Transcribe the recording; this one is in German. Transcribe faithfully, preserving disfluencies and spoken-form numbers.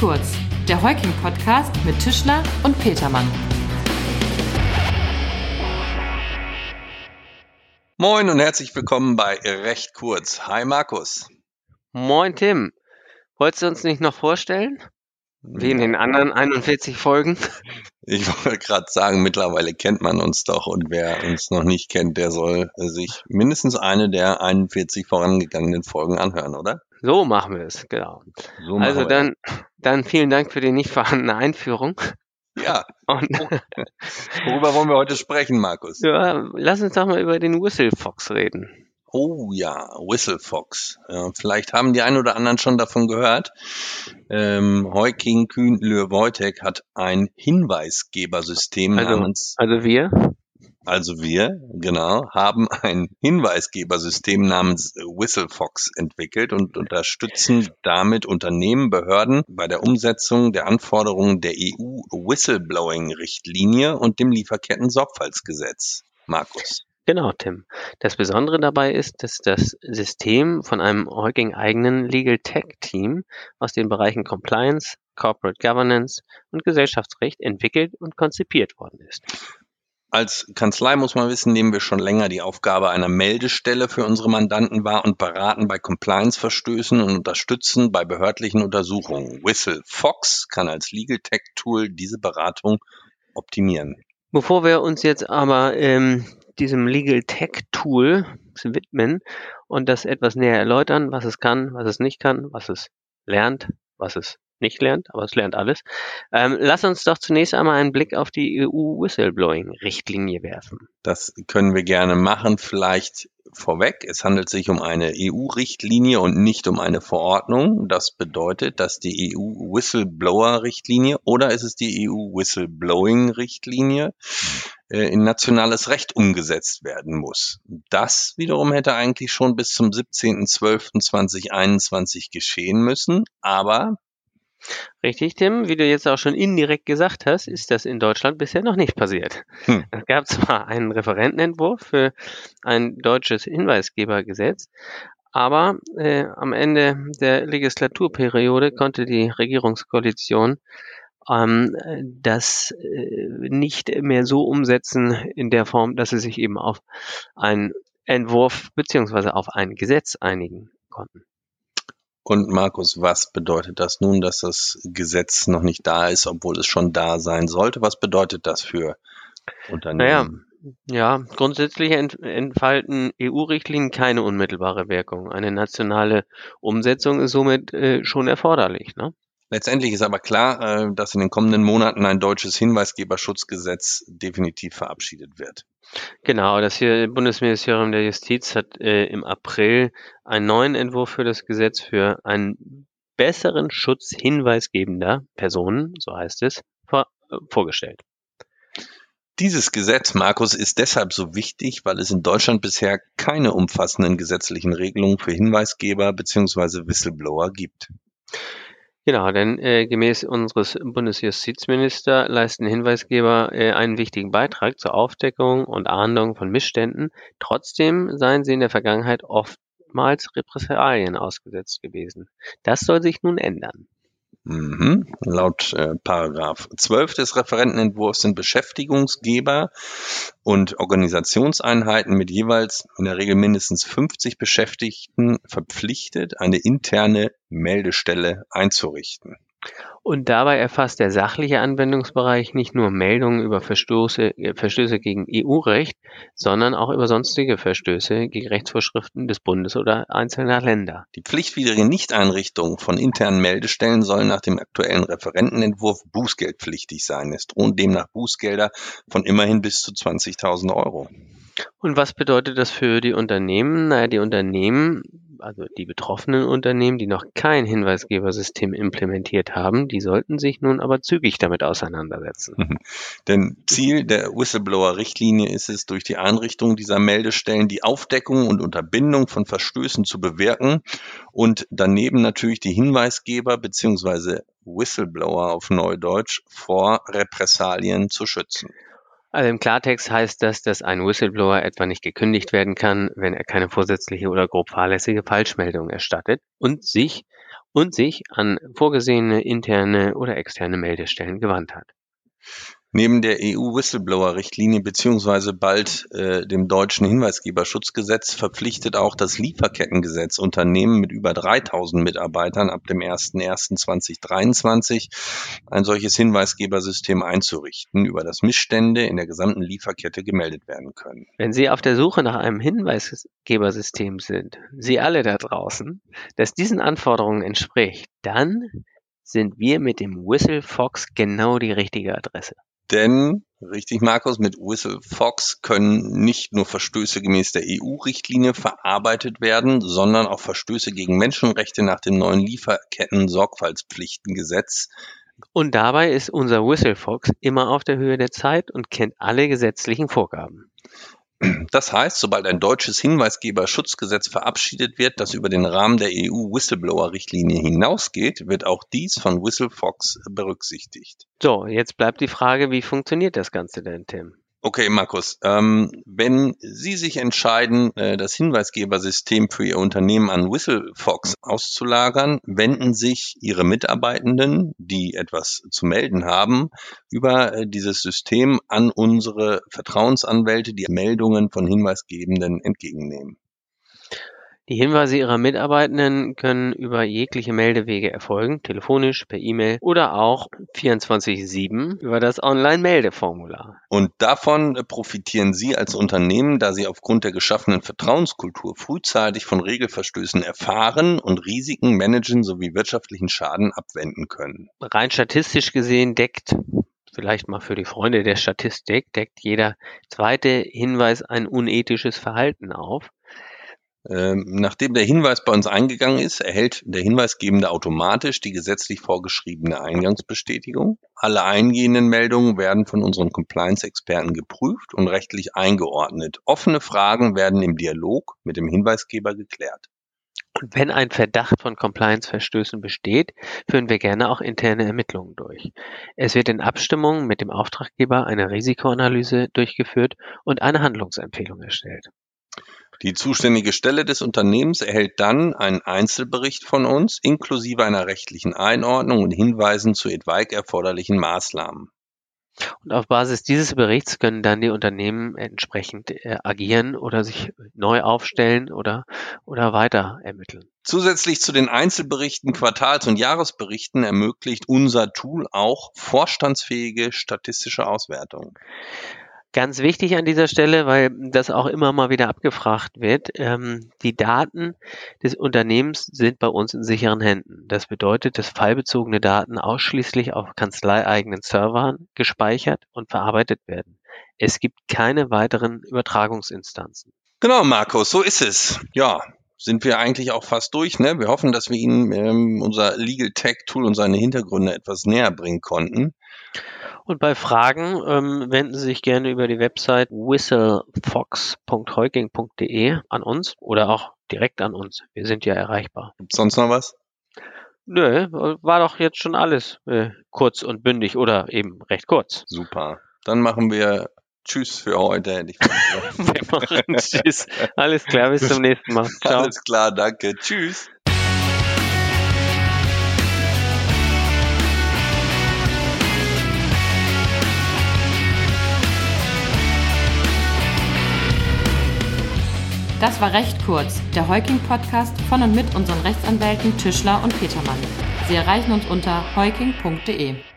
kurz, der Heuking-Podcast mit Tischler und Petermann. Moin und herzlich willkommen bei Recht kurz. Hi Markus. Moin Tim. Wolltest du uns nicht noch vorstellen? Wie in den anderen einundvierzig Folgen? Ich wollte gerade sagen, mittlerweile kennt man uns doch und wer uns noch nicht kennt, der soll sich mindestens eine der einundvierzig vorangegangenen Folgen anhören, oder? So machen wir es, genau. So machen also wir dann, dann vielen Dank für die nicht vorhandene Einführung. Ja. Und Worüber wollen wir heute sprechen, Markus? ja, lass uns doch mal über den Whistlefox reden. Oh ja, Whistlefox. Ja, vielleicht haben die einen oder anderen schon davon gehört. Ähm, Heuking Kühn Löhr-Wojtek hat ein Hinweisgebersystem Also, namens... also wir? Also wir, genau, haben ein Hinweisgebersystem namens Whistlefox entwickelt und unterstützen damit Unternehmen, Behörden bei der Umsetzung der Anforderungen der E U-Whistleblowing-Richtlinie und dem Lieferketten-Sorgfaltsgesetz. Markus. Genau, Tim. Das Besondere dabei ist, dass das System von einem Heuking-eigenen Legal Tech Team aus den Bereichen Compliance, Corporate Governance und Gesellschaftsrecht entwickelt und konzipiert worden ist. Als Kanzlei muss man wissen, nehmen wir schon länger die Aufgabe einer Meldestelle für unsere Mandanten wahr und beraten bei Compliance-Verstößen und unterstützen bei behördlichen Untersuchungen. Whistlefox kann als Legal Tech Tool diese Beratung optimieren. Bevor wir uns jetzt aber ähm, diesem Legal Tech Tool widmen und das etwas näher erläutern, was es kann, was es nicht kann, was es lernt, was es nicht lernt, aber es lernt alles. Ähm, lass uns doch zunächst einmal einen Blick auf die E U-Whistleblowing-Richtlinie werfen. Das können wir gerne machen. Vielleicht vorweg, es handelt sich um eine E U-Richtlinie und nicht um eine Verordnung. Das bedeutet, dass die E U-Whistleblower-Richtlinie oder ist es die E U-Whistleblowing-Richtlinie äh, in nationales Recht umgesetzt werden muss. Das wiederum hätte eigentlich schon bis zum siebzehnten zwölften zweitausendeinundzwanzig geschehen müssen, aber Richtig, Tim. Wie du jetzt auch schon indirekt gesagt hast, ist das in Deutschland bisher noch nicht passiert. Hm. Es gab zwar einen Referentenentwurf für ein deutsches Hinweisgebergesetz, aber äh, am Ende der Legislaturperiode konnte die Regierungskoalition ähm, das äh, nicht mehr so umsetzen in der Form, dass sie sich eben auf einen Entwurf beziehungsweise auf ein Gesetz einigen konnten. Und Markus, was bedeutet das nun, dass das Gesetz noch nicht da ist, obwohl es schon da sein sollte? Was bedeutet das für Unternehmen? Naja, ja, grundsätzlich ent- entfalten E U-Richtlinien keine unmittelbare Wirkung. Eine nationale Umsetzung ist somit äh, schon erforderlich, ne? Letztendlich ist aber klar, äh, dass in den kommenden Monaten ein deutsches Hinweisgeberschutzgesetz definitiv verabschiedet wird. Genau, das hier Bundesministerium der Justiz hat äh, im April einen neuen Entwurf für das Gesetz für einen besseren Schutz hinweisgebender Personen, so heißt es, vor, äh, vorgestellt. Dieses Gesetz, Markus, ist deshalb so wichtig, weil es in Deutschland bisher keine umfassenden gesetzlichen Regelungen für Hinweisgeber bzw. Whistleblower gibt. Genau, denn äh, gemäß unseres Bundesjustizministers leisten Hinweisgeber äh, einen wichtigen Beitrag zur Aufdeckung und Ahndung von Missständen. Trotzdem seien sie in der Vergangenheit oftmals Repressalien ausgesetzt gewesen. Das soll sich nun ändern. Mhm. Laut äh, Paragraph zwölf des Referentenentwurfs sind Beschäftigungsgeber und Organisationseinheiten mit jeweils in der Regel mindestens fünfzig Beschäftigten verpflichtet, eine interne Meldestelle einzurichten. Und dabei erfasst der sachliche Anwendungsbereich nicht nur Meldungen über Verstöße, äh, Verstöße gegen E U-Recht, sondern auch über sonstige Verstöße gegen Rechtsvorschriften des Bundes oder einzelner Länder. Die pflichtwidrige Nichteinrichtung von internen Meldestellen soll nach dem aktuellen Referentenentwurf bußgeldpflichtig sein. Es drohen demnach Bußgelder von immerhin bis zu zwanzigtausend Euro. Und was bedeutet das für die Unternehmen? Naja, die Unternehmen, also die betroffenen Unternehmen, die noch kein Hinweisgebersystem implementiert haben, die sollten sich nun aber zügig damit auseinandersetzen. Denn Ziel der Whistleblower-Richtlinie ist es, durch die Einrichtung dieser Meldestellen die Aufdeckung und Unterbindung von Verstößen zu bewirken und daneben natürlich die Hinweisgeber bzw. Whistleblower auf Neudeutsch vor Repressalien zu schützen. Also im Klartext heißt das, dass ein Whistleblower etwa nicht gekündigt werden kann, wenn er keine vorsätzliche oder grob fahrlässige Falschmeldung erstattet und sich und sich an vorgesehene interne oder externe Meldestellen gewandt hat. Neben der E U-Whistleblower-Richtlinie beziehungsweise bald äh, dem deutschen Hinweisgeberschutzgesetz verpflichtet auch das Lieferkettengesetz Unternehmen mit über dreitausend Mitarbeitern ab dem ersten ersten zweitausenddreiundzwanzig ein solches Hinweisgebersystem einzurichten, über das Missstände in der gesamten Lieferkette gemeldet werden können. Wenn Sie auf der Suche nach einem Hinweisgebersystem sind, Sie alle da draußen, das diesen Anforderungen entspricht, dann sind wir mit dem WhistleFox genau die richtige Adresse. Denn, richtig Markus, mit WhistleFox können nicht nur Verstöße gemäß der E U-Richtlinie verarbeitet werden, sondern auch Verstöße gegen Menschenrechte nach dem neuen Lieferketten-Sorgfaltspflichtengesetz. Und dabei ist unser WhistleFox immer auf der Höhe der Zeit und kennt alle gesetzlichen Vorgaben. Das heißt, sobald ein deutsches Hinweisgeberschutzgesetz verabschiedet wird, das über den Rahmen der E U-Whistleblower-Richtlinie hinausgeht, wird auch dies von WhistleFox berücksichtigt. So, jetzt bleibt die Frage, wie funktioniert das Ganze denn, Tim? Okay, Markus, ähm, wenn Sie sich entscheiden, äh, das Hinweisgebersystem für Ihr Unternehmen an WhistleFox auszulagern, wenden sich Ihre Mitarbeitenden, die etwas zu melden haben, über äh, dieses System an unsere Vertrauensanwälte, die Meldungen von Hinweisgebenden entgegennehmen. Die Hinweise Ihrer Mitarbeitenden können über jegliche Meldewege erfolgen, telefonisch, per E-Mail oder auch vierundzwanzig sieben über das Online-Meldeformular. Und davon profitieren Sie als Unternehmen, da Sie aufgrund der geschaffenen Vertrauenskultur frühzeitig von Regelverstößen erfahren und Risiken managen sowie wirtschaftlichen Schaden abwenden können. Rein statistisch gesehen deckt, vielleicht mal für die Freunde der Statistik, deckt jeder zweite Hinweis ein unethisches Verhalten auf. Ähm, nachdem der Hinweis bei uns eingegangen ist, erhält der Hinweisgebende automatisch die gesetzlich vorgeschriebene Eingangsbestätigung. Alle eingehenden Meldungen werden von unseren Compliance-Experten geprüft und rechtlich eingeordnet. Offene Fragen werden im Dialog mit dem Hinweisgeber geklärt. Und wenn ein Verdacht von Compliance-Verstößen besteht, führen wir gerne auch interne Ermittlungen durch. Es wird in Abstimmung mit dem Auftraggeber eine Risikoanalyse durchgeführt und eine Handlungsempfehlung erstellt. Die zuständige Stelle des Unternehmens erhält dann einen Einzelbericht von uns, inklusive einer rechtlichen Einordnung und Hinweisen zu etwaig erforderlichen Maßnahmen. Und auf Basis dieses Berichts können dann die Unternehmen entsprechend äh, agieren oder sich neu aufstellen oder, oder weiter ermitteln. Zusätzlich zu den Einzelberichten, Quartals- und Jahresberichten ermöglicht unser Tool auch vorstandsfähige statistische Auswertungen. Ganz wichtig an dieser Stelle, weil das auch immer mal wieder abgefragt wird, ähm, die Daten des Unternehmens sind bei uns in sicheren Händen. Das bedeutet, dass fallbezogene Daten ausschließlich auf kanzleieigenen Servern gespeichert und verarbeitet werden. Es gibt keine weiteren Übertragungsinstanzen. Genau, Markus, so ist es. Ja, sind wir eigentlich auch fast durch, ne? Wir hoffen, dass wir Ihnen ähm, unser Legal Tech Tool und seine Hintergründe etwas näher bringen konnten. Und bei Fragen ähm, wenden Sie sich gerne über die Website whistlefox punkt heuking punkt de an uns oder auch direkt an uns. Wir sind ja erreichbar. Gibt's sonst noch was? Nö, war doch jetzt schon alles äh, kurz und bündig oder eben recht kurz. Super. Dann machen wir Tschüss für heute. hätte ich Wir machen Tschüss. Alles klar, bis zum nächsten Mal. Ciao. Alles klar, danke. Tschüss. Das war recht kurz, der Heuking-Podcast von und mit unseren Rechtsanwälten Tischler und Petermann. Sie erreichen uns unter heuking punkt de.